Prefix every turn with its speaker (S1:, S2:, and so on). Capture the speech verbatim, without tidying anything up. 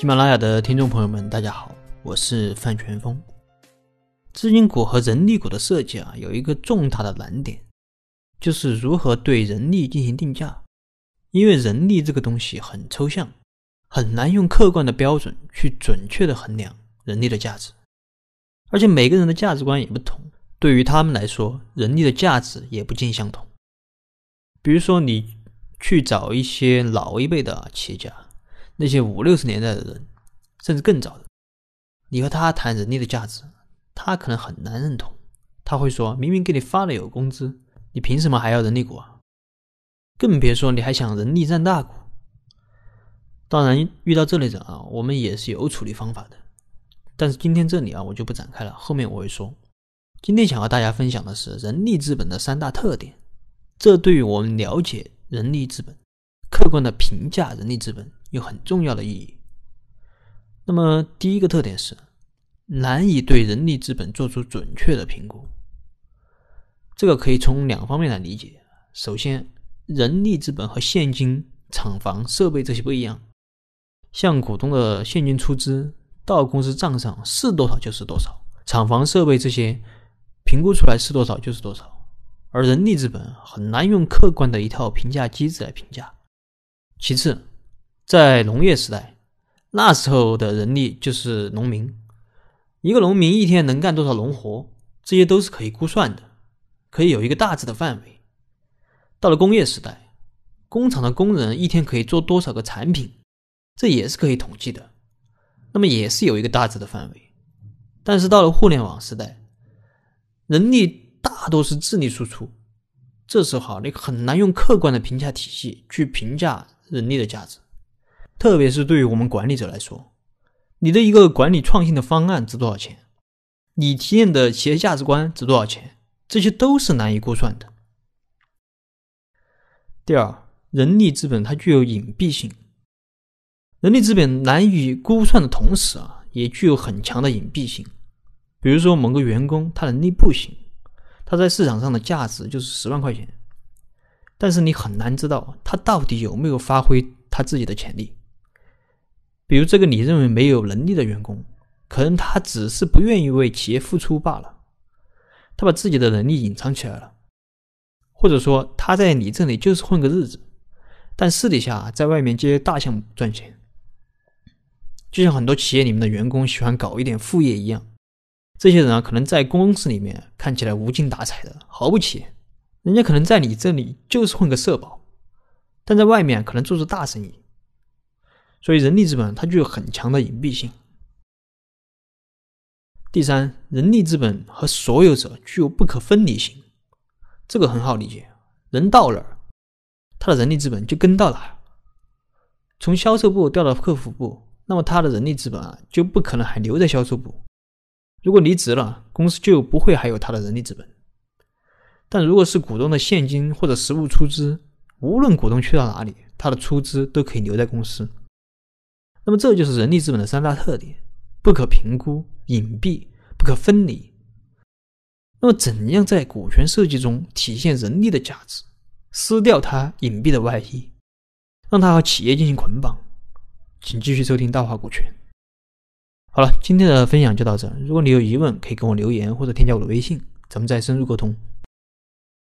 S1: 喜马拉雅的听众朋友们，大家好，我是范全峰。资金股和人力股的设计啊，有一个重大的难点，就是如何对人力进行定价。因为人力这个东西很抽象，很难用客观的标准去准确的衡量人力的价值，而且每个人的价值观也不同，对于他们来说，人力的价值也不尽相同。比如说你去找一些老一辈的企业家，那些五六十年代的人，甚至更早的，你和他谈人力的价值，他可能很难认同。他会说，明明给你发了有工资，你凭什么还要人力股啊？更别说你还想人力占大股。当然遇到这类人啊，我们也是有处理方法的，但是今天这里啊我就不展开了，后面我会说。今天想和大家分享的是人力资本的三大特点，这对于我们了解人力资本、客观的评价人力资本有很重要的意义。那么第一个特点是难以对人力资本做出准确的评估。这个可以从两方面来理解。首先，人力资本和现金、厂房、设备这些不一样，向股东的现金出资到公司账上是多少就是多少，厂房、设备这些评估出来是多少就是多少，而人力资本很难用客观的一套评价机制来评价。其次，在农业时代，那时候的人力就是农民，一个农民一天能干多少农活，这些都是可以估算的，可以有一个大致的范围。到了工业时代，工厂的工人一天可以做多少个产品，这也是可以统计的，那么也是有一个大致的范围。但是到了互联网时代，人力大多是智力输出，这时候你很难用客观的评价体系去评价人力的价值。特别是对于我们管理者来说，你的一个管理创新的方案值多少钱，你体验的企业价值观值多少钱，这些都是难以估算的。第二，人力资本它具有隐蔽性。人力资本难以估算的同时啊，也具有很强的隐蔽性。比如说某个员工他能力不行，他在市场上的价值就是十万块钱，但是你很难知道他到底有没有发挥他自己的潜力。比如这个你认为没有能力的员工，可能他只是不愿意为企业付出罢了，他把自己的能力隐藏起来了，或者说他在你这里就是混个日子，但私底下在外面接大项目赚钱。就像很多企业里面的员工喜欢搞一点副业一样，这些人啊，可能在公司里面看起来无精打采的，毫不起眼，人家可能在你这里就是混个社保，但在外面可能做着大生意。所以人力资本它具有很强的隐蔽性。第三，人力资本和所有者具有不可分离性。这个很好理解，人到哪儿，他的人力资本就跟到哪儿。从销售部调到客服部，那么他的人力资本啊，就不可能还留在销售部。如果离职了，公司就不会还有他的人力资本。但如果是股东的现金或者实物出资，无论股东去到哪里，他的出资都可以留在公司。那么这就是人力资本的三大特点：不可评估、隐蔽、不可分离。那么怎样在股权设计中体现人力的价值，撕掉它隐蔽的外衣，让它和企业进行捆绑？请继续收听大话股权。好了，今天的分享就到这。如果你有疑问，可以跟我留言或者添加我的微信，咱们再深入沟通。